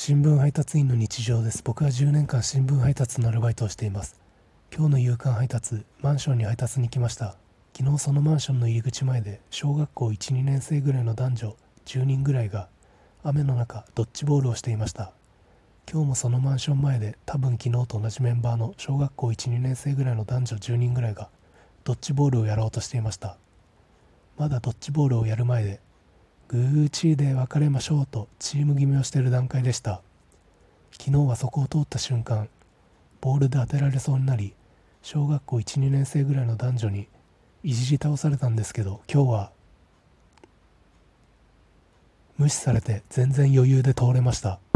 新聞配達員の日常です。僕は10年間新聞配達のアルバイトをしています。今日の夕刊配達、マンションに配達に来ました。昨日そのマンションの入り口前で小学校1、2年生ぐらいの男女10人ぐらいが雨の中ドッジボールをしていました。今日もそのマンション前で多分昨日と同じメンバーの小学校1、2年生ぐらいの男女10人ぐらいがドッジボールをやろうとしていました。まだドッジボールをやる前でグーチーで別れましょうとチーム決めをしている段階でした。昨日はそこを通った瞬間、ボールで当てられそうになり、小学校1、2年生ぐらいの男女にいじり倒されたんですけど、今日は無視されて全然余裕で通れました。